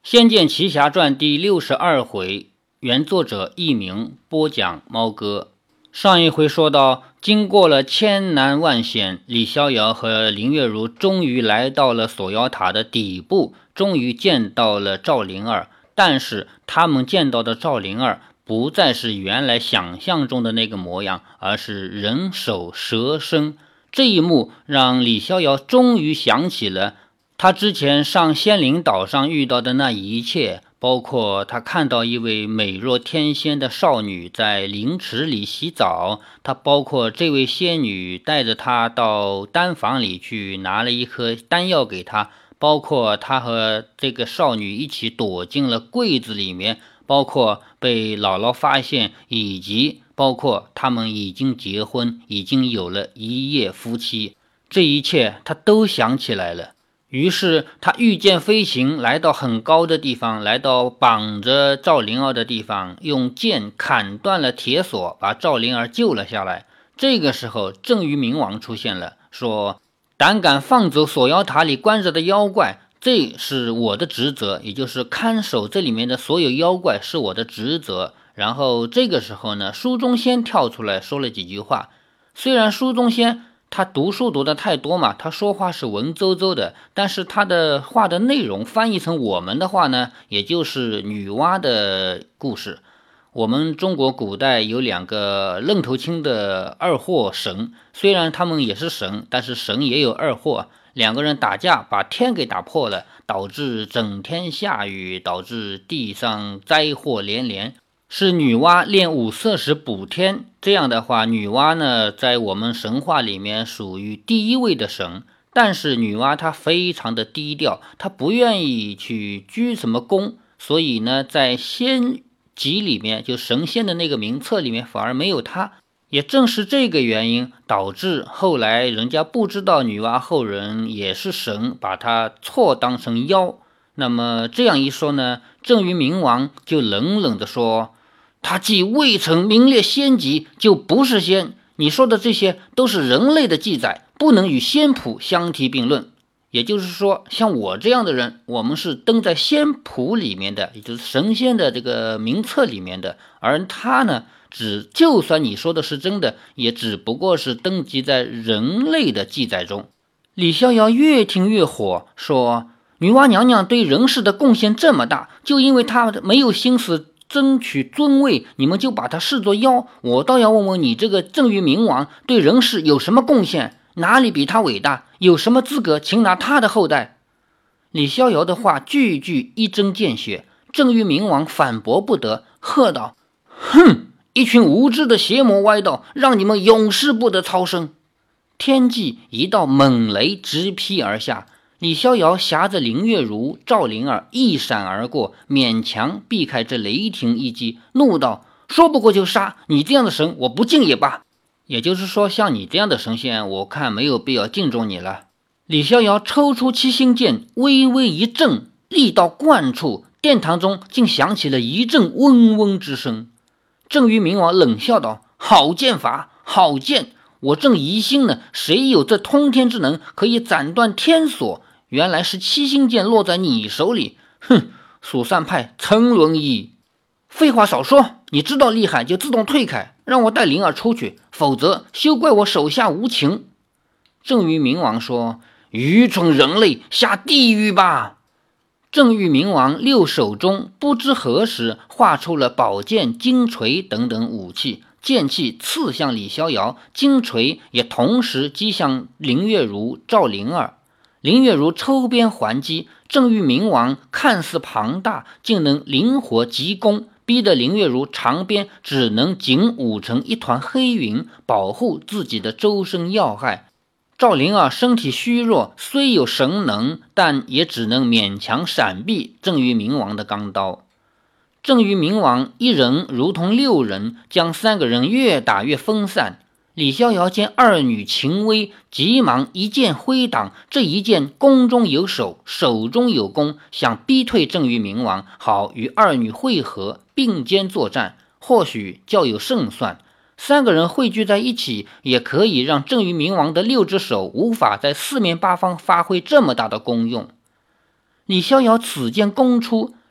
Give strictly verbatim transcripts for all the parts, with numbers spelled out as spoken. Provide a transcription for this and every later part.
仙剑奇侠传》第六十二回，原作者佚名，播讲猫哥。上一回说到，经过了千难万险，李逍遥和林月如终于来到了锁妖塔的底部，终于见到了赵灵儿。但是他们见到的赵灵儿不再是原来想象中的那个模样，而是人首蛇身。这一幕让李逍遥终于想起了他之前上仙灵岛上遇到的那一切，包括他看到一位美若天仙的少女在灵池里洗澡，他包括这位仙女带着他到丹房里去拿了一颗丹药给他，包括他和这个少女一起躲进了柜子里面，包括被姥姥发现，以及包括他们已经结婚，已经有了一夜夫妻，这一切他都想起来了。于是他御剑飞行，来到很高的地方，来到绑着赵灵儿的地方，用剑砍断了铁索，把赵灵儿救了下来。这个时候正余明王出现了，说胆敢放走锁妖塔里关着的妖怪，这是我的职责，也就是看守这里面的所有妖怪是我的职责。然后这个时候呢，书中仙跳出来说了几句话。虽然书中仙他读书读的太多嘛，他说话是文绉绉的，但是他的话的内容翻译成我们的话呢，也就是女娲的故事。我们中国古代有两个愣头青的二货神，虽然他们也是神，但是神也有二货，两个人打架把天给打破了，导致整天下雨，导致地上灾祸连连。是女娲练五色时补天，这样的话女娲呢在我们神话里面属于第一位的神，但是女娲她非常的低调，她不愿意去居什么功，所以呢在仙集里面，就神仙的那个名册里面反而没有她。也正是这个原因导致后来人家不知道女娲后人也是神，把她错当成妖。那么这样一说呢，正余明王就冷冷地说，他既未曾名列仙籍，就不是仙。你说的这些都是人类的记载，不能与仙谱相提并论。也就是说，像我这样的人，我们是登在仙谱里面的，也就是神仙的这个名册里面的。而他呢，只就算你说的是真的，也只不过是登记在人类的记载中。李逍遥越听越火，说女娲娘娘对人世的贡献这么大，就因为她没有心思争取尊位，你们就把他视作妖。我倒要问问你，这个正余明王对人世有什么贡献？哪里比他伟大？有什么资格擒拿他的后代？李逍遥的话句句一针见血，正余明王反驳不得，喝道：哼，一群无知的邪魔歪道，让你们永世不得超生。天际一道猛雷直劈而下，李逍遥挟着林月如、赵灵儿一闪而过，勉强避开这雷霆一击，怒道：说不过就杀，你这样的神我不敬也罢。也就是说，像你这样的神仙，我看没有必要敬重你了。李逍遥抽出七星剑，微微一震，力到贯处，殿堂中竟响起了一阵嗡嗡之声。正余明王冷笑道：好剑法，好剑！我正疑心呢，谁有这通天之能，可以斩断天锁？原来是七星剑落在你手里。哼，蜀山派沉沦矣！废话少说，你知道厉害就自动退开，让我带灵儿出去，否则休怪我手下无情。正余明王说：愚蠢人类，下地狱吧！正余明王六手中不知何时画出了宝剑、金锤等等武器，剑气刺向李逍遥，金锤也同时击向林月如、赵灵儿。林月如抽鞭还击，正余明王看似庞大，竟能灵活急攻，逼得林月如长鞭只能紧舞成一团黑云，保护自己的周身要害。赵灵儿身体虚弱，虽有神能，但也只能勉强闪避正余明王的钢刀。正余明王一人如同六人，将三个人越打越分散。李逍遥见二女情危，急忙一剑挥挡，这一剑弓中有手，手中有弓，想逼退正余明王，好与二女会合，并肩作战，或许较有胜算。三个人汇聚在一起，也可以让正余明王的六只手无法在四面八方发挥这么大的功用。李逍遥此剑攻出，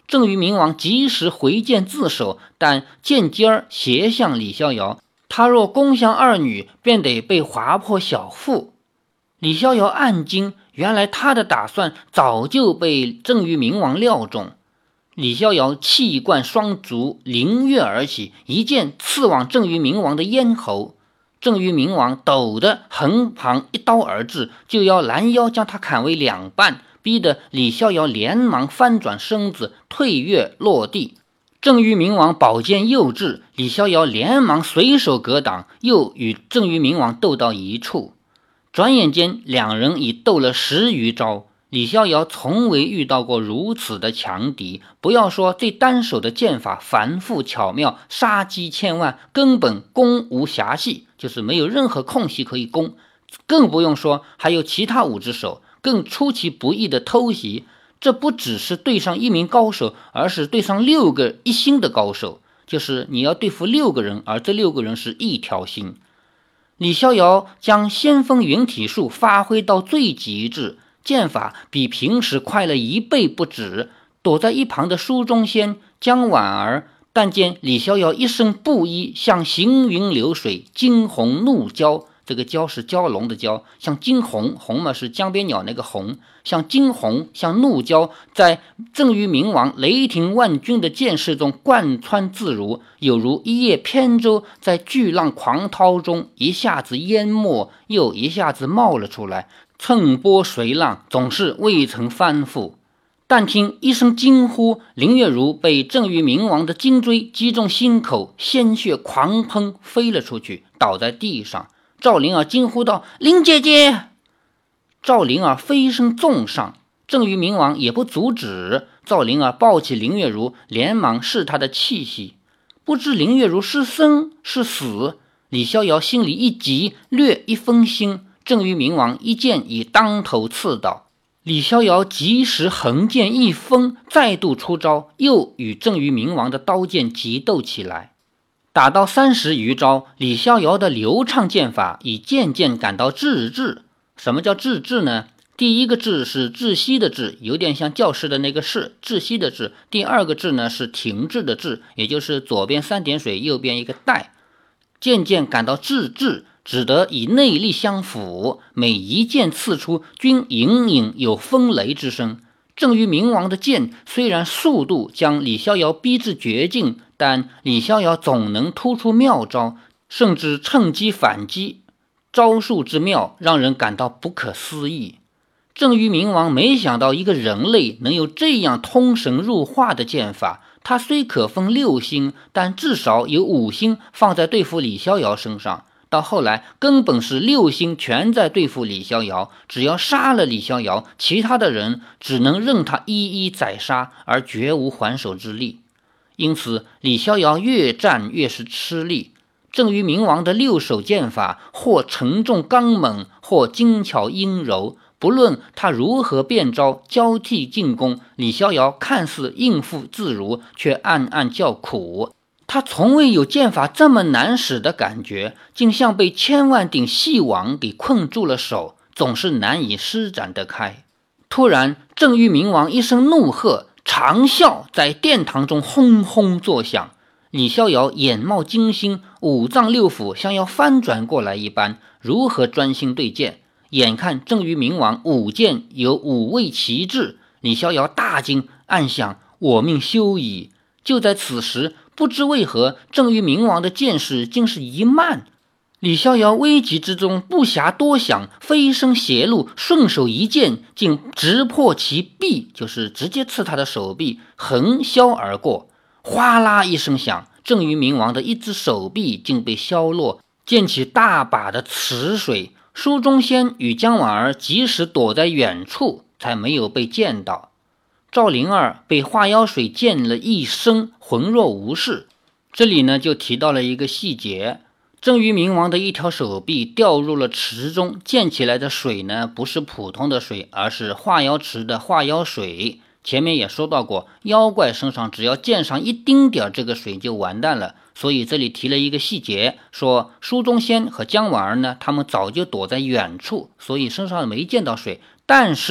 郑于明王及时回剑自首，但剑尖儿斜向李逍遥，他若攻向二女，便得被划破小腹。李逍遥暗惊，原来他的打算早就被郑于明王料中。李逍遥气贯双足，凌跃而起，一剑刺往郑于明王的咽喉。郑于明王陡的横旁一刀而至，就要拦腰将他砍为两半，逼得李逍遥连忙翻转身子，退跃落地。郑于明王宝剑又至，李逍遥连忙随手格挡，又与郑于明王斗到一处。转眼间两人已斗了十余招，李逍遥从未遇到过如此的强敌，不要说这单手的剑法繁复巧妙，杀机千万，根本攻无暇隙，就是没有任何空隙可以攻，更不用说还有其他五只手，更出其不意的偷袭。这不只是对上一名高手，而是对上六个一星的高手，就是你要对付六个人，而这六个人是一条心。李逍遥将先锋云体术发挥到最极致，剑法比平时快了一倍不止。躲在一旁的书中仙、江婉儿，但见李逍遥一身布衣，像行云流水，惊鸿怒蛟，这个蛟是蛟龙的蛟，像惊鸿，鸿嘛是江边鸟那个鸿，像惊鸿，像怒蛟，在郑于明王雷霆万钧的剑势中贯穿自如，有如一叶扁舟在巨浪狂涛中一下子淹没，又一下子冒了出来，乘波随浪，总是未曾翻覆。但听一声惊呼，林月如被郑于明王的金锥击中心口，鲜血狂喷，飞了出去，倒在地上。赵灵儿惊呼道：“林姐姐！”赵灵儿飞身纵上，郑于明王也不阻止。赵灵儿抱起林月如，连忙试她的气息，不知林月如是生是死。李逍遥心里一急，略一分心，郑于明王一剑已当头刺倒。李逍遥及时横剑一分，再度出招，又与郑于明王的刀剑激斗起来。打到三十余招，李逍遥的流畅剑法已渐渐感到滞滞。什么叫滞滞呢？第一个滞是窒息的滞，有点像教室的那个室，窒息的滞。第二个滞呢是停滞的滞，也就是左边三点水，右边一个带。渐渐感到滞滞，只得以内力相辅，每一剑刺出，均隐隐有风雷之声。郑于明王的剑虽然速度将李逍遥逼至绝境，但李逍遥总能突出妙招，甚至趁机反击，招数之妙让人感到不可思议。郑于明王没想到一个人类能有这样通神入化的剑法，他虽可分六星，但至少有五星放在对付李逍遥身上，到后来根本是六星全在对付李逍遥，只要杀了李逍遥，其他的人只能任他一一宰杀，而绝无还手之力。因此李逍遥越战越是吃力。郑于明王的六手剑法或沉重刚猛，或精巧阴柔，不论他如何变招交替进攻，李逍遥看似应付自如，却暗暗叫苦。他从未有剑法这么难使的感觉，竟像被千万顶细网给困住了手，总是难以施展得开。突然郑于明王一声怒喝，长啸在殿堂中轰轰作响。李逍遥眼冒金星，五脏六腑像要翻转过来一般，如何专心对剑？眼看郑于明王舞剑有五位旗帜，李逍遥大惊，暗想我命休矣。就在此时，不知为何郑于明王的剑势竟是一慢。李逍遥危急之中不暇多想，飞身斜路，顺手一剑竟直破其臂，就是直接刺他的手臂，横削而过。哗啦一声响，郑于明王的一只手臂竟被削落，溅起大把的池水。书中仙与江婉儿及时躲在远处，才没有被溅到。赵灵儿被化妖水溅了一身，浑若无事。这里呢就提到了一个细节，郑于明王的一条手臂掉入了池中，溅起来的水呢不是普通的水，而是化妖池的化妖水。前面也说到过，妖怪身上只要溅上一丁点这个水就完蛋了，所以这里提了一个细节，说书中仙和江婉儿呢，他们早就躲在远处，所以身上没溅到水，但是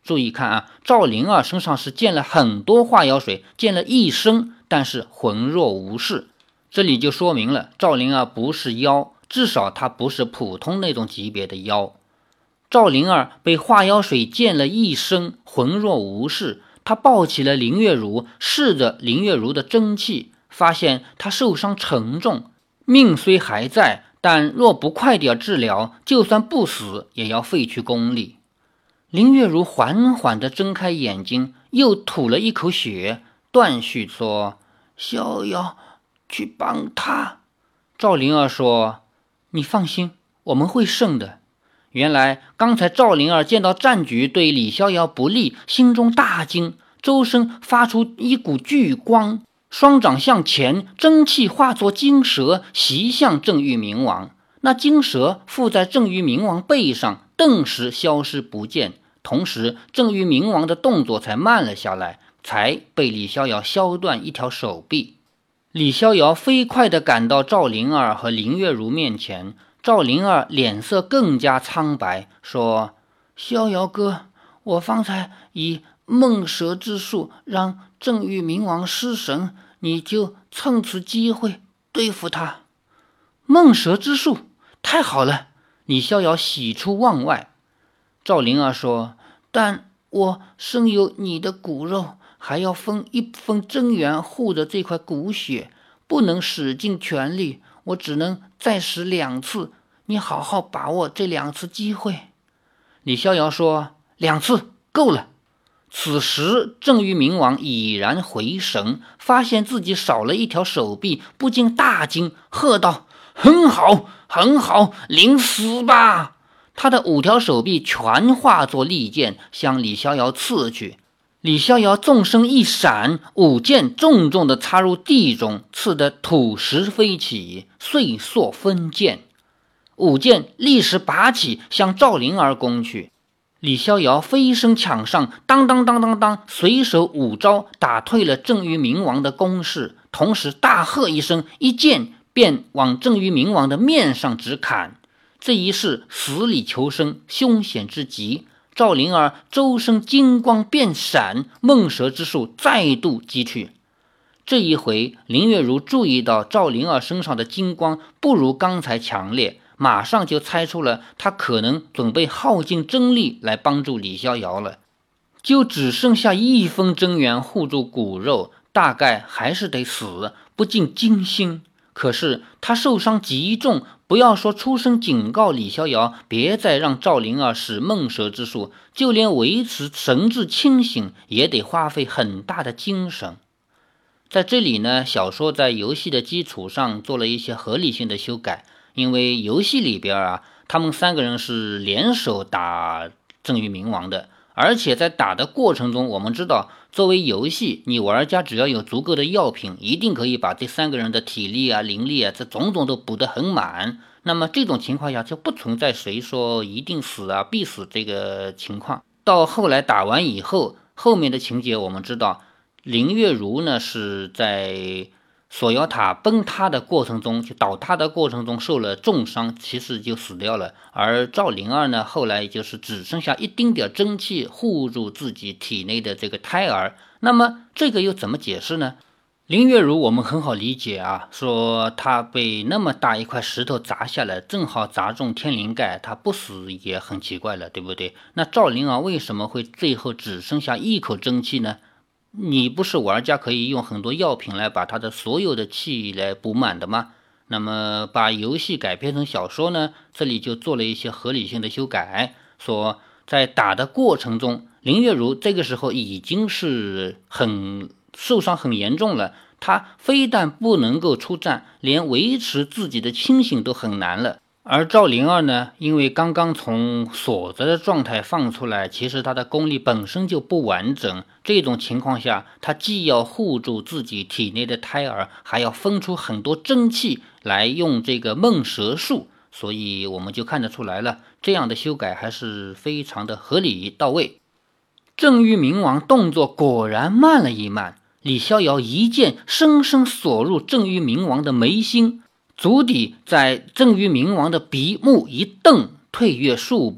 注意看啊，赵灵儿身上是溅了很多化妖水，溅了一身，但是浑若无事。这里就说明了赵灵儿不是妖，至少她不是普通那种级别的妖。赵灵儿被化妖水溅了一身，浑若无事。她抱起了林月如，试着林月如的真气，发现她受伤沉重，命虽还在，但若不快点治疗，就算不死也要废去功力。林月如缓缓地睁开眼睛，又吐了一口血，断续说：逍遥去帮他。赵灵儿说：你放心，我们会胜的。原来刚才赵灵儿见到战局对李逍遥不利，心中大惊，周身发出一股巨光，双掌向前，真气化作金蛇袭向正玉明王。那金蛇附在正玉明王背上，顿时消失不见，同时正玉明王的动作才慢了下来，才被李逍遥削断一条手臂。李逍遥飞快地赶到赵灵儿和林月如面前，赵灵儿脸色更加苍白，说：逍遥哥，我方才以梦蛇之术让正玉明王失神，你就趁此机会对付他。梦蛇之术，太好了！李逍遥喜出望外。赵灵儿说：但我身有你的骨肉，还要分一分真元护着这块骨血，不能使尽全力，我只能再使两次，你好好把握这两次机会。李逍遥说：两次够了。此时正玉明王已然回神，发现自己少了一条手臂，不禁大惊，喝道：很好很好，领死吧！他的五条手臂全化作利剑向李逍遥刺去。李逍遥纵身一闪，五剑重重地插入地中，刺得土石飞起，碎塑分剑。五剑立时拔起，向赵灵儿攻去。李逍遥飞身抢上，当当当当当，随手五招打退了正玉明王的攻势，同时大喝一声，一剑便往正玉明王的面上直砍。这一式死里求生，凶险之极。赵灵儿周身金光变闪，梦蛇之术再度击去。这一回林月如注意到赵灵儿身上的金光不如刚才强烈，马上就猜出了他可能准备耗尽真力来帮助李逍遥了，就只剩下一分真元护住骨肉，大概还是得死，不禁惊心。可是他受伤极重，不要说出声警告李逍遥别再让赵灵儿使梦蛇之术，就连维持神志清醒也得花费很大的精神。在这里呢，小说在游戏的基础上做了一些合理性的修改，因为游戏里边啊，他们三个人是联手打正玉明王的，而且在打的过程中，我们知道作为游戏，你玩家只要有足够的药品，一定可以把这三个人的体力啊、灵力啊，这种种都补得很满。那么这种情况下就不存在谁说一定死啊、必死这个情况。到后来打完以后，后面的情节我们知道，林月如呢是在锁妖塔崩塌的过程中，就倒塌的过程中受了重伤，其实就死掉了。而赵灵儿呢，后来就是只剩下一丁点真气护住自己体内的这个胎儿。那么这个又怎么解释呢？林月如我们很好理解啊，说她被那么大一块石头砸下来，正好砸中天灵盖，她不死也很奇怪了，对不对？那赵灵儿为什么会最后只剩下一口真气呢？你不是玩家可以用很多药品来把他的所有的气来补满的吗？那么把游戏改编成小说呢，这里就做了一些合理性的修改，说在打的过程中，林月如这个时候已经是很受伤很严重了，他非但不能够出战，连维持自己的清醒都很难了。而赵灵儿呢，因为刚刚从锁着的状态放出来，其实她的功力本身就不完整，这种情况下，她既要护住自己体内的胎儿，还要分出很多真气来用这个梦蛇术，所以我们就看得出来了，这样的修改还是非常的合理到位。正玉明王动作果然慢了一慢，李逍遥一剑深深锁入正玉明王的眉心，足底在正玉明王的鼻目一瞪，退跃数步，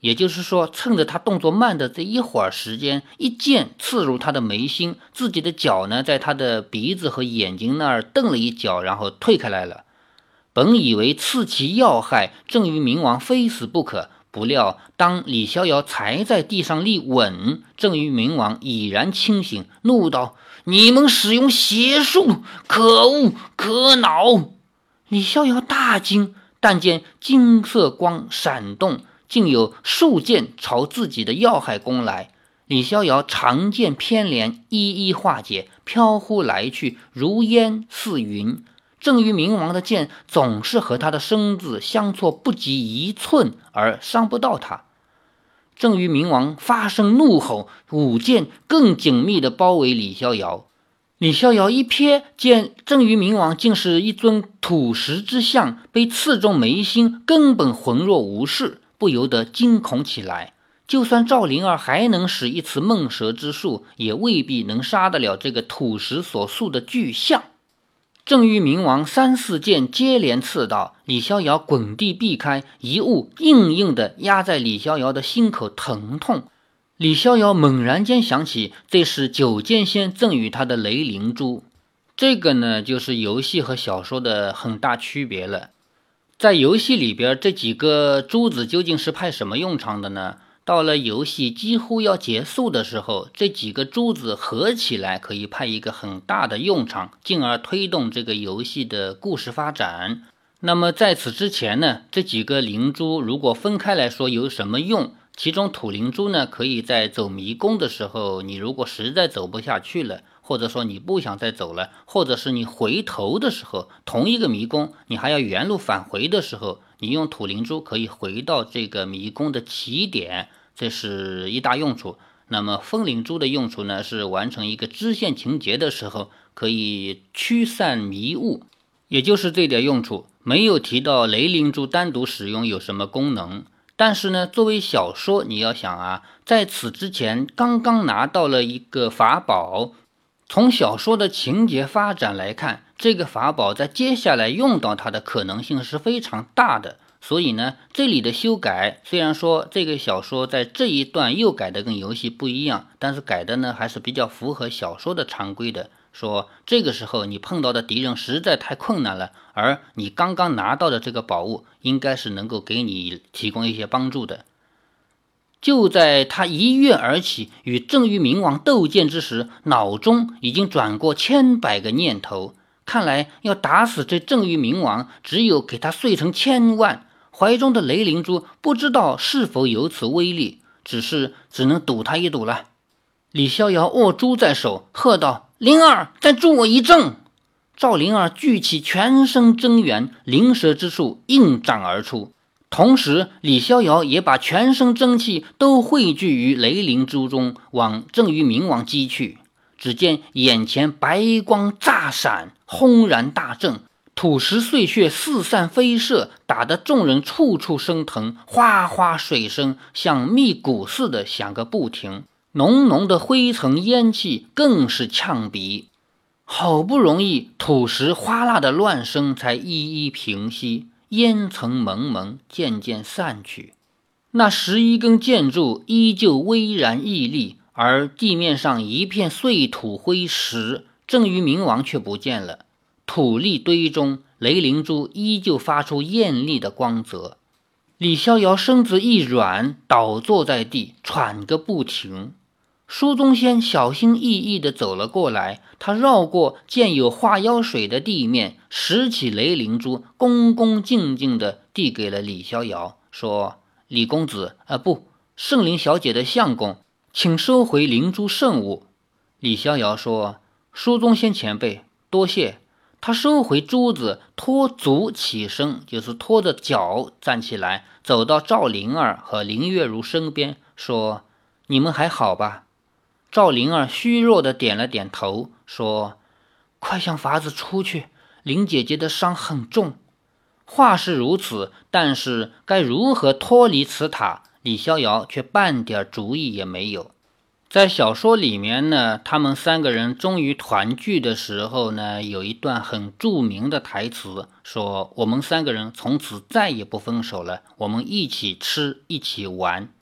也就是说，趁着他动作慢的这一会儿时间，一剑刺入他的眉心，自己的脚呢，在他的鼻子和眼睛那儿蹬了一脚，然后退开来了。本以为刺其要害，郑于明王非死不可，不料当李逍遥才在地上立稳，郑于明王已然清醒，怒道：你们使用邪术，可恶可恼！李逍遥大惊，但见金色光闪动，竟有数剑朝自己的要害攻来。李逍遥长剑偏连，一一化解，飘忽来去，如烟似云。郑于明王的剑总是和他的身子相错不及一寸，而伤不到他。郑于明王发声怒吼，舞剑更紧密地包围李逍遥。李逍遥一瞥，见郑于明王竟是一尊土石之像，被刺中眉心，根本浑若无事，不由得惊恐起来。就算赵灵儿还能使一次梦蛇之术，也未必能杀得了这个土石所塑的巨像。郑于明王三四剑接连刺到，李逍遥滚地避开，一物硬硬地压在李逍遥的心口，疼痛。李逍遥猛然间想起，这是九剑仙赠予他的雷灵珠。这个呢，就是游戏和小说的很大区别了。在游戏里边，这几个珠子究竟是派什么用场的呢？到了游戏几乎要结束的时候，这几个珠子合起来可以派一个很大的用场，进而推动这个游戏的故事发展。那么在此之前呢，这几个灵珠如果分开来说有什么用？其中土灵珠呢，可以在走迷宫的时候，你如果实在走不下去了，或者说你不想再走了，或者是你回头的时候，同一个迷宫你还要原路返回的时候，你用土灵珠可以回到这个迷宫的起点，这是一大用处。那么风灵珠的用处呢，是完成一个支线情节的时候可以驱散迷雾，也就是这点用处。没有提到雷灵珠单独使用有什么功能。但是呢，作为小说，你要想啊，在此之前刚刚拿到了一个法宝，从小说的情节发展来看，这个法宝在接下来用到它的可能性是非常大的。所以呢，这里的修改虽然说这个小说在这一段又改的跟游戏不一样，但是改的呢还是比较符合小说的常规的。说这个时候你碰到的敌人实在太困难了，而你刚刚拿到的这个宝物应该是能够给你提供一些帮助的。就在他一跃而起与郑于明王斗剑之时，脑中已经转过千百个念头，看来要打死这郑于明王，只有给他碎成千万。怀中的雷灵珠不知道是否有此威力，只是只能赌他一赌了。李逍遥握珠在手，喝道：灵儿，再助我一正！赵灵儿聚起全身真元，灵蛇之术应展而出。同时李逍遥也把全身真气都汇聚于雷灵珠中，往郑于明王击去。只见眼前白光炸闪，轰然大震，土石碎屑四散飞射，打得众人处处生疼，哗哗水声像密鼓似的响个不停，浓浓的灰尘烟气更是呛鼻。好不容易土石哗啦的乱声才一一平息，烟尘蒙蒙，渐渐散去。那十一根箭柱依旧巍然屹立，而地面上一片碎土灰石，郑于明王却不见了。土砾堆中，雷灵珠依旧发出艳丽的光泽。李逍遥身子一软，倒坐在地，喘个不停。书中仙小心翼翼地走了过来，他绕过见有化妖水的地面，拾起雷灵珠，恭恭敬敬地递给了李逍遥，说：李公子，啊不，圣灵小姐的相公，请收回灵珠圣物。李逍遥说：书中仙前辈，多谢。他收回珠子，拖足起身，就是拖着脚站起来，走到赵灵儿和林月如身边，说：你们还好吧？赵灵儿虚弱地点了点头，说：快想法子出去，林姐姐的伤很重。话是如此，但是该如何脱离此塔，李逍遥却半点主意也没有。在小说里面呢，他们三个人终于团聚的时候呢，有一段很著名的台词，说我们三个人从此再也不分手了，我们一起吃，一起玩。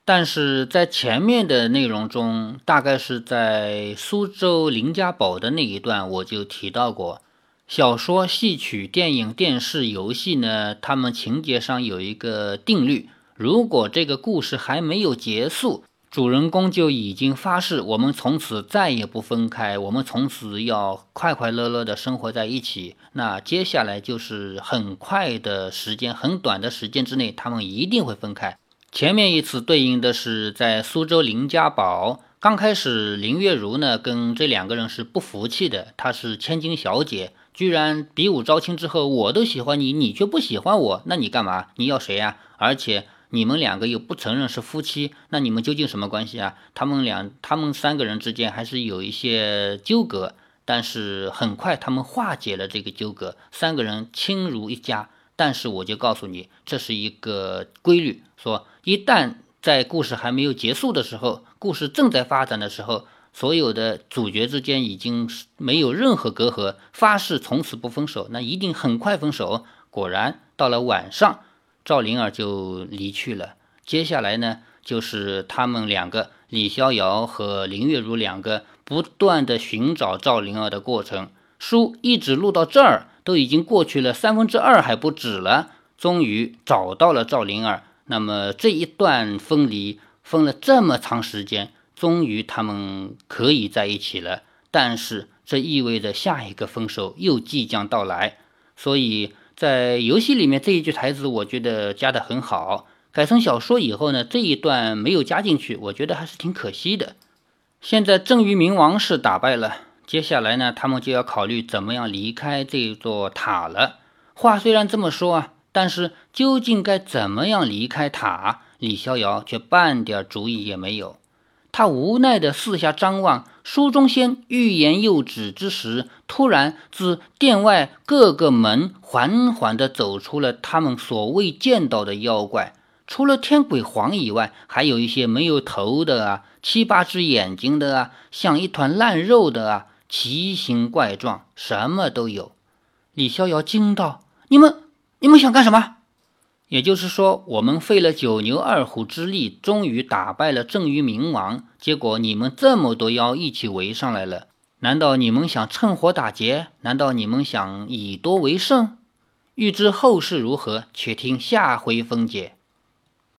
但是在前面的内容中，大概是在苏州林家堡的那一段，我就提到过，小说、戏曲、电影、电视、游戏呢，它们情节上有一个定律，如果这个故事还没有结束，主人公就已经发誓，我们从此再也不分开，我们从此要快快乐乐的生活在一起。那接下来就是很快的时间，很短的时间之内，他们一定会分开。前面一次对应的是在苏州林家堡，刚开始林月如呢跟这两个人是不服气的，她是千金小姐，居然比武招亲之后，我都喜欢你，你却不喜欢我，那你干嘛？你要谁啊？而且你们两个又不承认是夫妻，那你们究竟什么关系啊？他们两他们三个人之间还是有一些纠葛，但是很快他们化解了这个纠葛，三个人亲如一家。但是我就告诉你，这是一个规律，说一旦在故事还没有结束的时候，故事正在发展的时候，所有的主角之间已经没有任何隔阂，发誓从此不分手，那一定很快分手。果然到了晚上，赵灵儿就离去了。接下来呢，就是他们两个，李逍遥和林月如两个不断的寻找赵灵儿的过程。书一直录到这儿，都已经过去了三分之二还不止了，终于找到了赵灵儿。那么这一段分离分了这么长时间，终于他们可以在一起了。但是这意味着下一个分手又即将到来，所以在游戏里面这一句台词我觉得加得很好，改成小说以后呢，这一段没有加进去，我觉得还是挺可惜的。现在郑于明王室打败了，接下来呢，他们就要考虑怎么样离开这座塔了。话虽然这么说啊，但是究竟该怎么样离开塔，李逍遥却半点主意也没有。他无奈地四下张望，书中仙欲言又止之时，突然自殿外各个门缓缓地走出了他们所未见到的妖怪。除了天鬼皇以外，还有一些没有头的啊，七八只眼睛的啊，像一团烂肉的啊，奇形怪状，什么都有。李逍遥惊道：你们你们想干什么？也就是说，我们费了九牛二虎之力，终于打败了郑于明王，结果你们这么多妖一起围上来了，难道你们想趁火打劫？难道你们想以多为胜？欲知后事如何，且听下回分解。